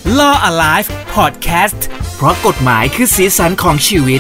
Law Alive Podcast เพราะกฎหมายคือสีสันของชีวิต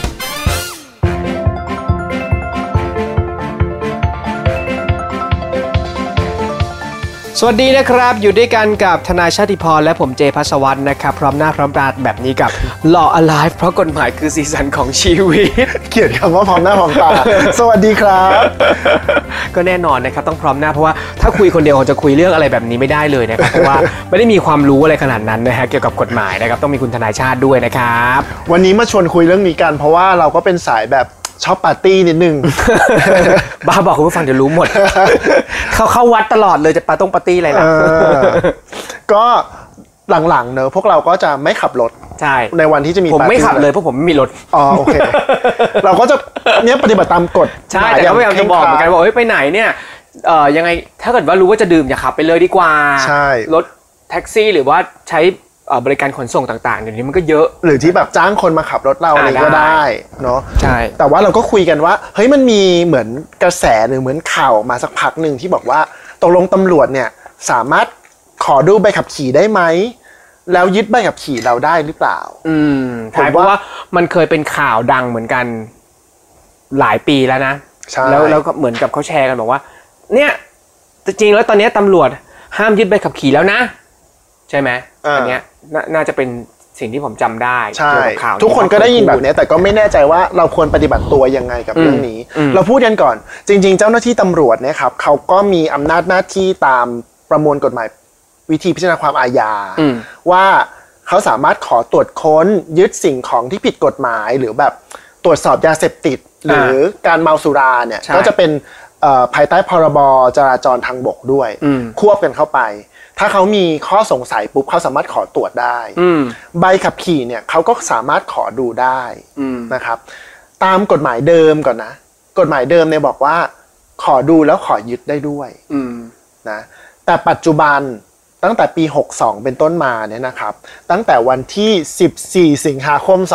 สวัสดีนะครับอยู่ด้วยกันกับทนายชาติพรและผมเจภัสวัฒน์นะครับพร้อมหน้าพร้อมตาแบบนี้กับ Law Alive เพราะกฎหมายคือสีสันของชีวิตเกลียดคำว่าพร้อมหน้าพร้อมตา สวัสดีครับก็แน่นอนนะครับต้องพร้อมหน้าเพราะว่าถ้าคุยคนเดียวจะคุยเรื่องอะไรแบบนี้ไม่ได้เลยนะครับเพราะว่าไม่ได้มีความรู้อะไรขนาดนั้นนะฮะเกี่ยวกับกฎหมายนะครับต้องมีคุณทนายชาติด้วยนะครับวันนี้มาชวนคุยเรื่องนี้กันเพราะว่าเราก็เป็นสายแบบชอบปาร์ตี้นิดนึงบ้าบอกคุณผู้ฟังเดี๋ยวรู้หมด เข้าวัดตลอดเลยจะปาร์ตี้อะไรล่ะก็หลังๆเนอะพวกเราก็จะไม่ขับรถใช่ในวันที่จะมีผมไม่ขับเลยเพราะผมไม่มีรถอ๋อโอเค เราก็จะเนี้ยปฏิบัติตามกฎใช่แต่ก็พยายามจะบอกเหมือนกันว่าเฮ้ยไปไหนเนี่ยยังไงถ้าเกิดว่ารู้ว่าจะดื่มอย่าขับไปเลยดีกว่าใช่รถแท็กซี่หรือว่าใช้บริการขนส่งต่างๆเดี๋ยวนี้มันก็เยอะหรือที่แบบจ้างคนมาขับรถเราอะไรก็ได้เนาะใช่แต่ว่าเราก็คุยกันว่าเฮ้ยมันมีเหมือนกระแสหรือเหมือนข่าวมาสักพักนึงที่บอกว่าตกลงตำรวจเนี่ยสามารถขอดูใบขับขี่ได้ไหมแล้วยึดใบขับขี่เราได้หรือเปล่าใช่เพราะว่ามันเคยเป็นข่าวดังเหมือนกันหลายปีแล้วนะแล้วก็เหมือนกับเขาแชร์กันบอกว่าเนี่ยจริงๆแล้วตอนนี้ตำรวจห้ามยึดใบขับขี่แล้วนะใช่ไหมอันเนี้ยน่าจะเป็นสิ่งที่ผมจำได้ใช่ทุกคนก็ได้ยินแบบนี้แต่ก็ไม่แน่ใจว่าเราควรปฏิบัติตัวยังไงกับเรื่องนี้เราพูดกันก่อนจริงๆเจ้าหน้าที่ตำรวจเนี่ยครับเขาก็มีอำนาจหน้าที่ตามประมวลกฎหมายวิธีพิจารณาความอาญาว่าเขาสามารถขอตรวจค้นยึดสิ่งของที่ผิดกฎหมายหรือแบบตรวจสอบยาเสพติดหรือการเมาสุราเนี่ยก็จะเป็นภายใต้พรบจราจรทางบกด้วยควบกันเข้าไปถ้าเขามีข้อสงสัยปุ๊บเขาสามารถขอตรวจได้ใบขับขี่เนี่ยเขาก็สามารถขอดูได้นะครับตามกฎหมายเดิมก่อนนะกฎหมายเดิมเนี่ยบอกว่าขอดูแล้วขอยึดได้ด้วยนะแต่ปัจจุบันตั้งแต่ปี62เป็นต้นมาเนี่ยนะครับตั้งแต่วันที่14สิงหาคม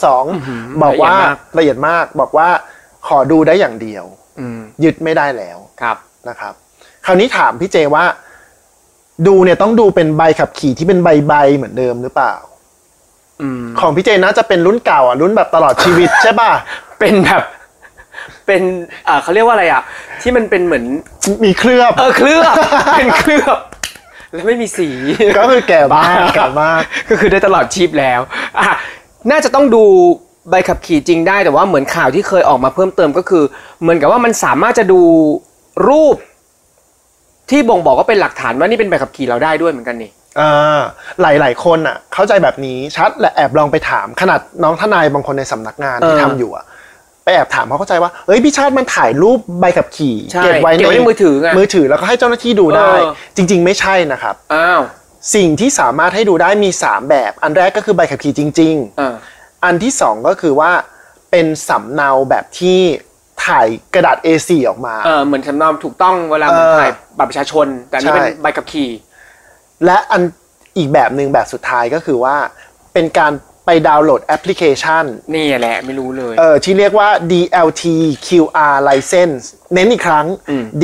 2562บอกว่าละเอียดมากบอกว่าขอดูได้อย่างเดียวยึดไม่ได้แล้วนะครับคราวนี้ถามพี่เจว่าดูเนี่ยต้องดูเป็นใบขับขี่ที่เป็นใบเหมือนเดิมหรือเปล่าของพี่เจน่าจะเป็นรุ่นเก่าอ่ะรุ่นแบบตลอดชีวิตใช่ป่ะเป็นแบบเป็นเขาเรียกว่าอะไรอ่ะที่มันเป็นเหมือนมีเคลือบเคลือบเป็นเคลือบแล้วไม่มีสีก็คือแก่มากก็คือได้ตลอดชีพแล้วน่าจะต้องดูใบขับขี่จริงได้แต่ว่าเหมือนข่าวที่เคยออกมาเพิ่มเติมก็คือเหมือนกับว่ามันสามารถจะดูรูปที่บ่งบอกว่าเป็นหลักฐานว่านี่เป็นใบขับขี่เราได้ด้วยเหมือนกันนี่หลายคนอ่ะเข้าใจแบบนี้ชัดและแอบลองไปถามขนาดน้องทนายบางคนในสำนักงานที่ทำอยู่อ่ะไปแอบถามเขาเข้าใจว่าเอ้ยพี่ชาติมันถ่ายรูปใบขับขี่เก็บไว้ในมือถือแล้วก็ให้เจ้าหน้าที่ดูได้จริงๆไม่ใช่นะครับสิ่งที่สามารถให้ดูได้มี3แบบอันแรกก็คือใบขับขี่จริงๆอันที่2ก็คือว่าเป็นสำเนาแบบที่ถ่ายกระดาษ A4 ออกมาเหมือนสำเนาถูกต้องเวลาถ่ายบัตรประชาชนแต่นี่เป็นใบขับขี่และอันอีกแบบนึงแบบสุดท้ายก็คือว่าเป็นการไปดาวน์โหลดแอปพลิเคชันนี่แหละไม่รู้เลยที่เรียกว่า DLT QR license เน้นอีกครั้ง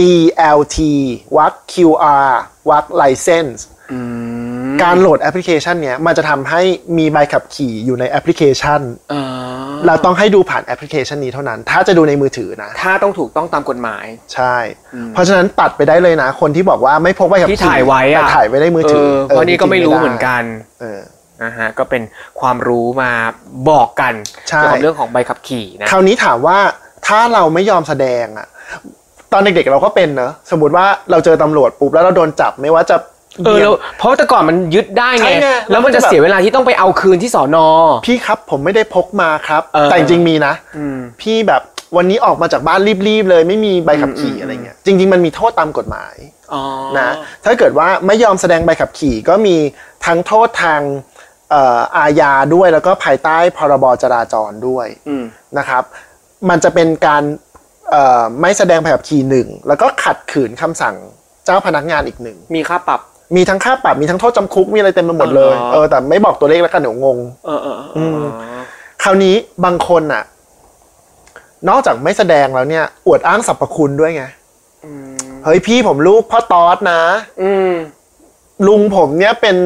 DLT วรรค QR วรรค license การโหลดแอปพลิเคชันเนี้ยมันจะทำให้มีใบขับขี่อยู่ในแอปพลิเคชันเราต้องให้ดูผ่านแอปพลิเคชันนี้เท่านั้นถ้าจะดูในมือถือนะถ้าต้องถูกต้องตามกฎหมายใช่เพราะฉะนั้นตัดไปได้เลยนะคนที่บอกว่าไม่พกใบขับขี่ที่ถ่ายไว้แต่ถ่ายไว้ในมือถือเพราะนี่ก็ไม่รู้เหมือนกันนะฮะก็เป็นความรู้มาบอกกันเกี่ยวกับเรื่องของใบขับขี่นะคราวนี้ถามว่าถ้าเราไม่ยอมแสดงอ่ะตอนเด็กๆเราก็เป็นเนอะสมมติว่าเราเจอตำรวจปุ๊บแล้วเราโดนจับไม่ว่าจะเพราะแต่ก่อนมันยึดได้ไงแล้วมันจะเสียเวลาที่ต้องไปเอาคืนที่สน. พี่ครับผมไม่ได้พกมาครับแต่จริงมีนะพี่แบบวันนี้ออกมาจากบ้านรีบๆเลยไม่มีใบขับขี่อะไรเงี้ยจริงๆมันมีโทษตามกฎหมายนะถ้าเกิดว่าไม่ยอมแสดงใบขับขี่ก็มีทั้งโทษทางอาญาด้วยแล้วก็ภายใต้พรบจราจรด้วยนะครับมันจะเป็นการไม่แสดงใบขับขี่1แล้วก็ขัดขืนคำสั่งเจ้าพนักงานอีก1 มีค่าปรับมีทั้งค่าปรับมีทั้งโทษจำคุกมีอะไรเต็มไปหมดเลยแต่ไม่บอกตัวเลขแล้วกันเดี๋ยวงงคราวนี้บางคนอ่ะนอกจากไม่แสดงแล้วเนี่ยอวดอ้างสรรพคุณด้วยไงเฮ้ยพี่ผมลูกพ่อตอดนะลุงผมเนี่ยเป็น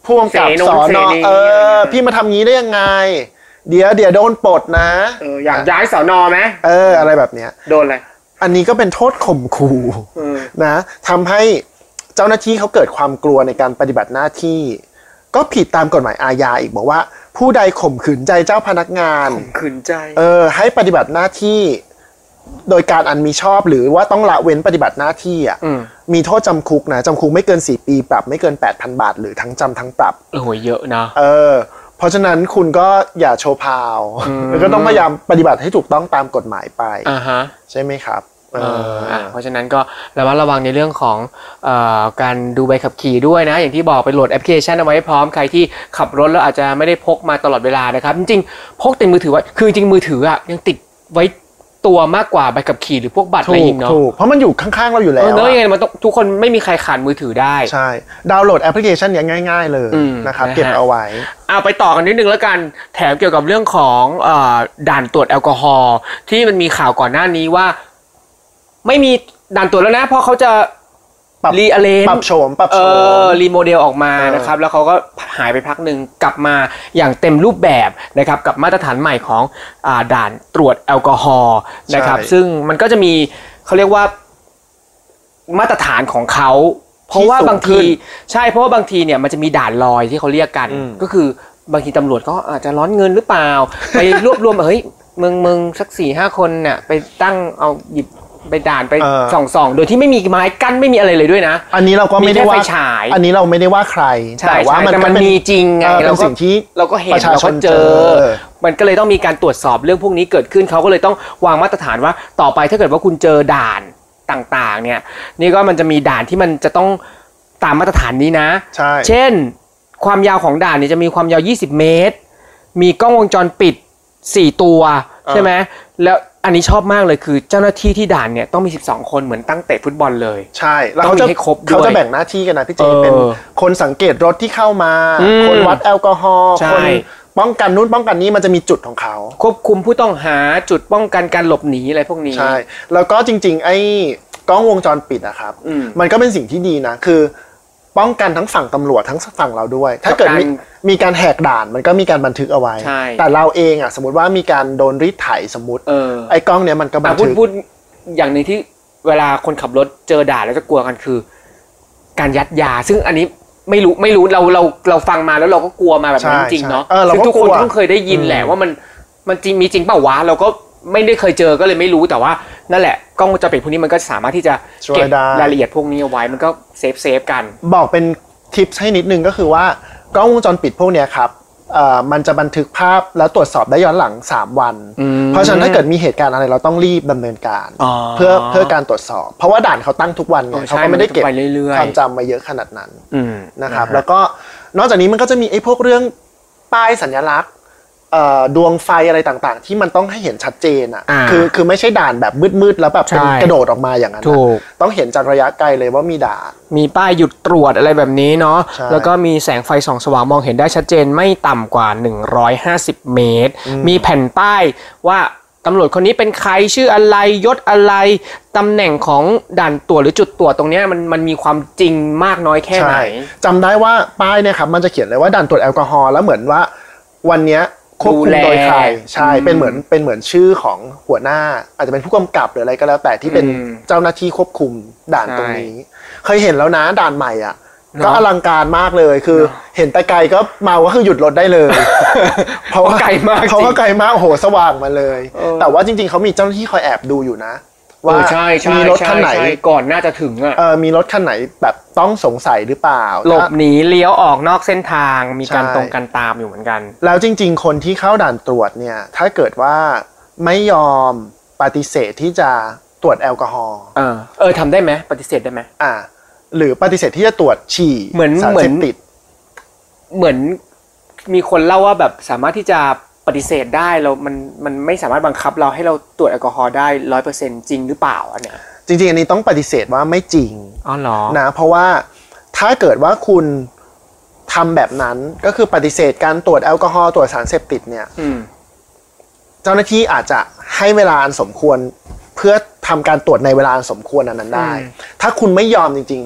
ผู้กำกับสอนพี่มาทำงี้ได้ยังไงเดี๋ยวโดนปลดนะอยากย้ายสนไหมอะไรแบบเนี้ยโดนอะไรอันนี้ก็เป็นโทษข่มขู่นะทำให้เจ้าหน้าที่เขาเกิดความกลัวในการปฏิบัติหน้าที่ก็ผิดตามกฎหมายอาญาอีกบอกว่าผู้ใดข่มขืนใจเจ้าพนักงานข่มขืนใจให้ปฏิบัติหน้าที่โดยการอันมิชอบหรือว่าต้องละเว้นปฏิบัติหน้าที่มีโทษจำคุกนะจำคุกไม่เกิน4 ปีปรับไม่เกิน 8,000 บาทหรือทั้งจำทั้งปรับโอ้โหเยอะนะเพราะฉะนั้นคุณก็อย่าโชว์พาวแล้วก็ต้องพยายามปฏิบัติให้ถูกต้องตามกฎหมายไปใช่ไหมครับเพราะฉะนั้นก็ระมัดระวังในเรื่องของการดูใบขับขี่ด้วยนะอย่างที่บอกไปโหลดแอปพลิเคชันเอาไว้พร้อมใครที่ขับรถแล้วอาจจะไม่ได้พกมาตลอดเวลานะครับจริงๆพกติดมือถือไว้คือจริงมือถือยังติดไว้ตัวมากกว่าใบขับขี่หรือพวกบัตรอะไรอย่างเนาะเพราะมันอยู่ข้างๆเราอยู่แล้วเนอะยังไงมันต้องทุกคนไม่มีใครขาดมือถือได้ใช่ดาวน์โหลดแอปพลิเคชันนี้ง่ายๆเลยนะครับเก็บเอาไว้เอาไปต่อกันนิดนึงแล้วกันแถมเกี่ยวกับเรื่องของด่านตรวจแอลกอฮอล์ที่มันมีข่าวก่อนหน้านี้ว่าไม่มีด่านตรวจแล้วนะเพราะเขาจะรีอะเลนปรับโฉมรีโมเดลออกมานะครับแล้วเขาก็หายไปพักหนึ่งกลับมาอย่างเต็มรูปแบบนะครับกับมาตรฐานใหม่ของด่านตรวจแอลกอฮอล์นะครับซึ่งมันก็จะมีเขาเรียกว่ามาตรฐานของเขาเพราะว่าบางทีใช่เพราะว่าบางทีเนี่ยมันจะมีด่านลอยที่เขาเรียกกันก็คือบางทีตำรวจก็อาจจะร้อนเงินหรือเปล่าไปรวบรวมเฮ้ยมึงสัก 4-5 คนเนี่ยไปตั้งเอาหยิบไปด่านไปส่องโดยที่ไม่มีไม้กั้นไม่มีอะไรเลยด้วยนะอันนี้เราก็ไม่ได้ว่าอันนี้เราไม่ได้ว่าใครแต่ว่ามันมีจริงไงเป็นสิ่งที่เราก็เห็นเราก็เจอมันก็เลยต้องมีการตรวจสอบเรื่องพวกนี้เกิดขึ้นเขาก็เลยต้องวางมาตรฐานว่าต่อไปถ้าเกิดว่าคุณเจอด่านต่างๆเนี่ยนี่ก็มันจะมีด่านที่มันจะต้องตามมาตรฐานนี้นะเช่นความยาวของด่านเนี่ยจะมีความยาว20 เมตรมีกล้องวงจรปิด4 ตัวใช่ไหมแล้วอันนี้ชอบมากเลยคือเจ้าหน้าที่ที่ด่านเนี่ยต้องมี12 คนเหมือนตั้งเตะฟุตบอลเลยใช่แล้วเขาจะแบ่งหน้าที่กันนะพี่เจเป็นคนสังเกตรถที่เข้ามาคนวัดแอลกอฮอล์คนป้องกันนู้นป้องกันนี้มันจะมีจุดของเขาควบคุมผู้ต้องหาจุดป้องกันการหลบหนีอะไรพวกนี้ใช่แล้วก็จริงๆไอ้กล้องวงจรปิดอะครับมันก็เป็นสิ่งที่ดีนะคือป้องกันทั้งฝั่งตำรวจทั้งฝั่งเราด้วยถ้าเกิดมีการแหกด่านมันก็มีการบันทึกเอาไว้แต่เราเองอ่ะสมมติว่ามีการโดนรีดไถสมมติไอ้กล้องเนี้ยมันก็บันทึกพูดอย่างนึงที่เวลาคนขับรถเจอด่านแล้วจะกลัวกันคือการยัดยาซึ่งอันนี้ไม่รู้เราฟังมาแล้วเราก็กลัวมาแบบนั้นจริงเนาะซึ่งทุกคนต้องเคยได้ยินแหละว่ามันจริงมีจริงเปล่าวะเราก็ไม่ได้เคยเจอก็เลยไม่รู้แต่ว่านั่นแหละกล้องวงจรปิดพวกนี้มันก็สามารถที่จะเก็บรายละเอียดพวกนี้เอาไว้มันก็เซฟกันบอกเป็นทิปให้นิดนึงก็คือว่ากล้องวงจรปิดพวกนี้ครับมันจะบันทึกภาพแล้วตรวจสอบได้ย้อนหลัง3 วันเพราะฉะนั้นถ้าเกิดมีเหตุการณ์อะไรเราต้องรีบดำเนินการเพื่อการตรวจสอบเพราะว่าด่านเขาตั้งทุกวันเขาก็ไม่ได้เก็บความจำมาเยอะขนาดนั้นนะครับแล้วก็นอกจากนี้มันก็จะมีไอ้พวกเรื่องป้ายสัญลักษณ์ดวงไฟอะไรต่างๆที่มันต้องให้เห็นชัดเจนอ่ะคือไม่ใช่ด่านแบบมืดๆแล้วแบบเป็นกระโดดออกมาอย่างนั้นต้องเห็นจากระยะไกลเลยว่ามีด่านมีป้ายหยุดตรวจอะไรแบบนี้เนาะแล้วก็มีแสงไฟส่องสว่างมองเห็นได้ชัดเจนไม่ต่ำกว่า150 เมตรมีแผ่นป้ายว่าตำรวจคนนี้เป็นใครชื่ออะไรยศอะไรตำแหน่งของด่านตรวจหรือจุดตรวจตรงนี้มันมีความจริงมากน้อยแค่ไหนจำได้ว่าป้ายเนี่ยครับมันจะเขียนเลยว่าด่านตรวจแอลกอฮอล์แล้วเหมือนว่าวันนี้ควบคุมโดยใครใช่เป็นเหมือนชื่อของหัวหน้าอาจจะเป็นผู้กำกับหรืออะไรก็แล้วแต่ที่เป็นเจ้าหน้าที่ควบคุมด่านตรงนี้เคยเห็นแล้วนะด่านใหม่อ่ะก็อลังการมากเลยคือเห็นแต่ไกลก็เมาก็คือหยุดรถได้เลยเพราะว่าไกลมากเขาก็ไกลมากโอ้โหสว่างมาเลยแต่ว่าจริงๆเขามีเจ้าหน้าที่คอยแอบดูอยู่นะว่ามีรถคันไหนก่อนน่าจะถึงอ่ะมีรถคันไหนแบบต้องสงสัยหรือเปล่าหลบหนีเลี้ยวออกนอกเส้นทางมีการตรงกันตามอยู่เหมือนกันแล้วจริงๆคนที่เข้าด่านตรวจเนี่ยถ้าเกิดว่าไม่ยอมปฏิเสธที่จะตรวจแอลกอฮอล์ทำได้ไหมปฏิเสธได้ไหมหรือปฏิเสธที่จะตรวจฉี่สารเสพติดเหมือนมีคนเล่าว่าแบบสามารถที่จะปฏิเสธได้มันไม่สามารถบังคับเราให้เราตรวจแอลกอฮอล์ได้ 100% จริงหรือเปล่าอันเนี้ยจริงๆอันนี้ต้องปฏิเสธว่าไม่จริงอ๋อเหรอนะเพราะว่าถ้าเกิดว่าคุณทำแบบนั้นก็คือปฏิเสธการตรวจแอลกอฮอล์ตรวจสารเสพติดเนี่ยเจ้าหน้าที่อาจจะให้เวลาอันสมควรเพื่อทำการตรวจในเวลาอันสมควรนั้นได้ถ้าคุณไม่ยอมจริงๆเนี่ย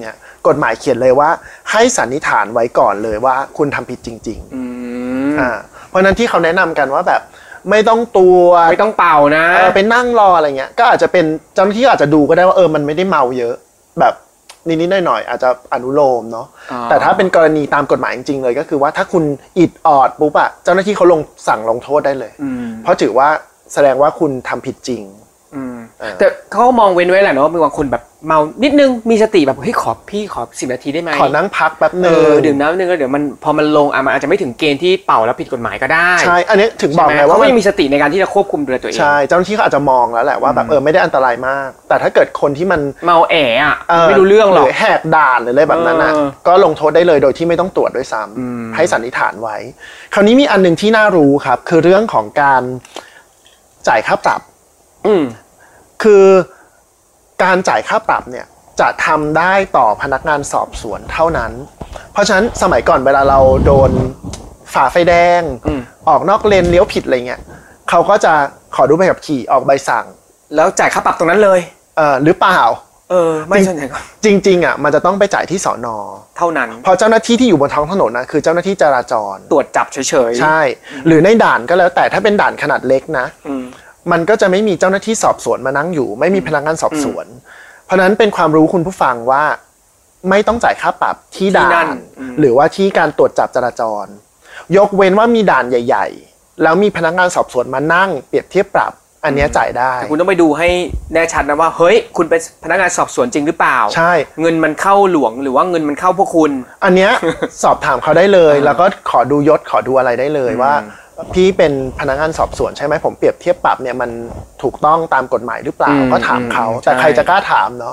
กฎหมายเขียนเลยว่าให้สันนิษฐานไว้ก่อนเลยว่าคุณทำผิดจริงๆเพราะนั้นที่เขาแนะนำกันว่าแบบไม่ต้องตัวไม่ต้องเป่านะไปนั่งรออะไรเงี้ยก็อาจจะเป็นเจ้าหน้าที่อาจจะดูก็ได้ว่ามันไม่ได้เมาเยอะแบบนิดๆหน่อยๆอาจจะอนุโลมเนาะแต่ถ้าเป็นกรณีตามกฎหมายจริงๆเลยก็คือว่าถ้าคุณอิดออดปุ๊บอะเจ้าหน้าที่เขาสั่งลงโทษได้เลยเพราะถือว่าแสดงว่าคุณทำผิดจริงแต่เขามองเว้นไว้แหละเนาะมีบางคนแบบเมานิดนึงมีสติแบบเฮ้ยขอ10 นาทีได้ไหมขอนั่งพักแป๊บนึงดื่มน้ำนึงแล้วเดี๋ยวมันพอมันลงมันอาจจะไม่ถึงเกณฑ์ที่เป่าแล้วผิดกฎหมายก็ได้ใช่อันนี้ถึงบอกไงว่าไม่มีสติในการที่จะควบคุมตัวเองใช่เจ้าหน้าที่เขาอาจจะมองแล้วแหละว่าแบบไม่ได้อันตรายมากแต่ถ้าเกิดคนที่มันเมาไม่รู้เรื่องหรอกแหกด่านหรืออะไรแบบนั้นก็ลงโทษได้เลยโดยที่ไม่ต้องตรวจด้วยซ้ำให้สันนิษฐานไว้คราวนี้มีอันนึงที่น่ารู้ครับคือเรื่องของการจ่ายค่าปรับคือการจ่ายค่าปรับเนี่ยจะทำได้ต่อพนักงานสอบสวนเท่านั้นเพราะฉะนั้นสมัยก่อนเวลาเราโดนฝ่าไฟแดงออกนอกเลนเลี้ยวผิดอะไรเงี้ยเขาก็จะขอดูใบขับขี่ออกใบสั่งแล้วจ่ายค่าปรับตรงนั้นเลยหรือเปล่าไม่ใช่จริงๆมันจะต้องไปจ่ายที่สน. เท่านั้นเพราะเจ้าหน้าที่ที่อยู่บนท้องถนนนะคือเจ้าหน้าที่จราจรตรวจจับเฉยๆใช่หรือในด่านก็แล้วแต่ถ้าเป็นด่านขนาดเล็กนะมันก็จะไม่มีเจ้าหน้าที่สอบสวนมานั่งอยู่ไม่มีพนักงานสอบสวนเพราะนั้นเป็นความรู้คุณผู้ฟังว่าไม่ต้องจ่ายค่าปรับที่ด่านหรือว่าที่การตรวจจับจราจรยกเว้นว่ามีด่านใหญ่ๆแล้วมีพนักงานสอบสวนมานั่งเปรียบเทียบปรับอันนี้จ่ายได้แต่คุณต้องไปดูให้แน่ชัดนะว่าเฮ้ยคุณเป็นพนักงานสอบสวนจริงหรือเปล่าใช่เงินมันเข้าหลวงหรือว่าเงินมันเข้าพวกคุณอันเนี้ยสอบถามเขาได้เลยแล้วก็ขอดูยศขอดูอะไรได้เลยว่าพี่เป็นพนักงานสอบสวนใช่ไหมผมเปรียบเทียบปรับเนี่ยมันถูกต้องตามกฎหมายหรือเปล่าก็ถามเขาแต่ใครจะกล้าถามเนาะ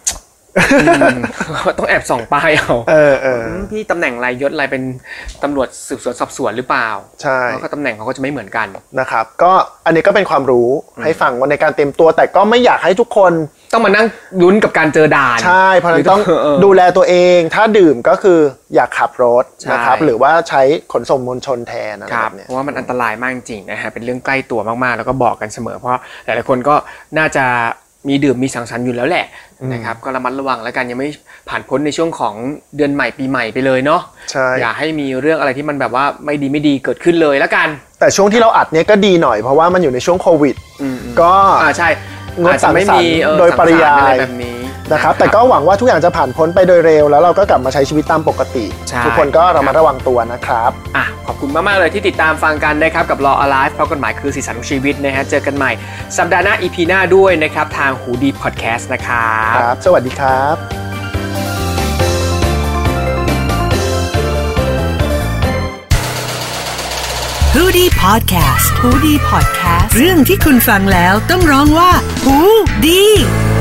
ต้องแอบส่องป้ายเอาพี่ตำแหน่งอะไรยศอะไรเป็นตำรวจสืบสวนสอบสวนหรือเปล่าใช่เพราะตำแหน่งเขาก็จะไม่เหมือนกันนะครับก็อันนี้ก็เป็นความรู้ให้ฟังว่าในการเตรียมตัวแต่ก็ไม่อยากให้ทุกคนต้องมานั่งลุ้นกับการเจอด่านใช่เพราะฉะนั้นต้องดูแลตัวเองถ้าดื่มก็คืออย่าขับรถนะครับหรือว่าใช้ขนส่งมวลชนแทนอะไรแบบนี้เพราะว่ามันอันตรายมากจริงนะฮะเป็นเรื่องใกล้ตัวมากๆแล้วก็บอกกันเสมอเพราะหลายๆคนก็น่าจะมีดื่มมีสังสรรค์อยู่แล้วแหละนะครับก็ระมัดระวังแล้วกันยังไม่ผ่านพ้นในช่วงของเดือนใหม่ปีใหม่ไปเลยเนาะอย่าให้มีเรื่องอะไรที่มันแบบว่าไม่ดีเกิดขึ้นเลยแล้วกันแต่ช่วงที่เราอัดเนี้ยก็ดีหน่อยเพราะว่ามันอยู่ในช่วงโควิดก็ใช่งดสังสรรค์โดยปริยายแบบนี้นะครับแต่ก็หวังว่าทุกอย่างจะผ่านพ้นไปโดยเร็วแล้วเราก็กลับมาใช้ชีวิตตามปกติทุกคนก็ระมัดระวังตัวนะครับขอบคุณมากๆเลยที่ติดตามฟังกันนะครับกับ Law Alive เพราะกฎหมายคือสีสันของชีวิตนะฮะเจอกันใหม่สัปดาห์หน้า EP หน้าด้วยนะครับทางหูดีพอดแคสต์นะครับสวัสดีครับหูดีพอดแคสต์หูดีพอดแคสต์เรื่องที่คุณฟังแล้วต้องร้องว่าหูดี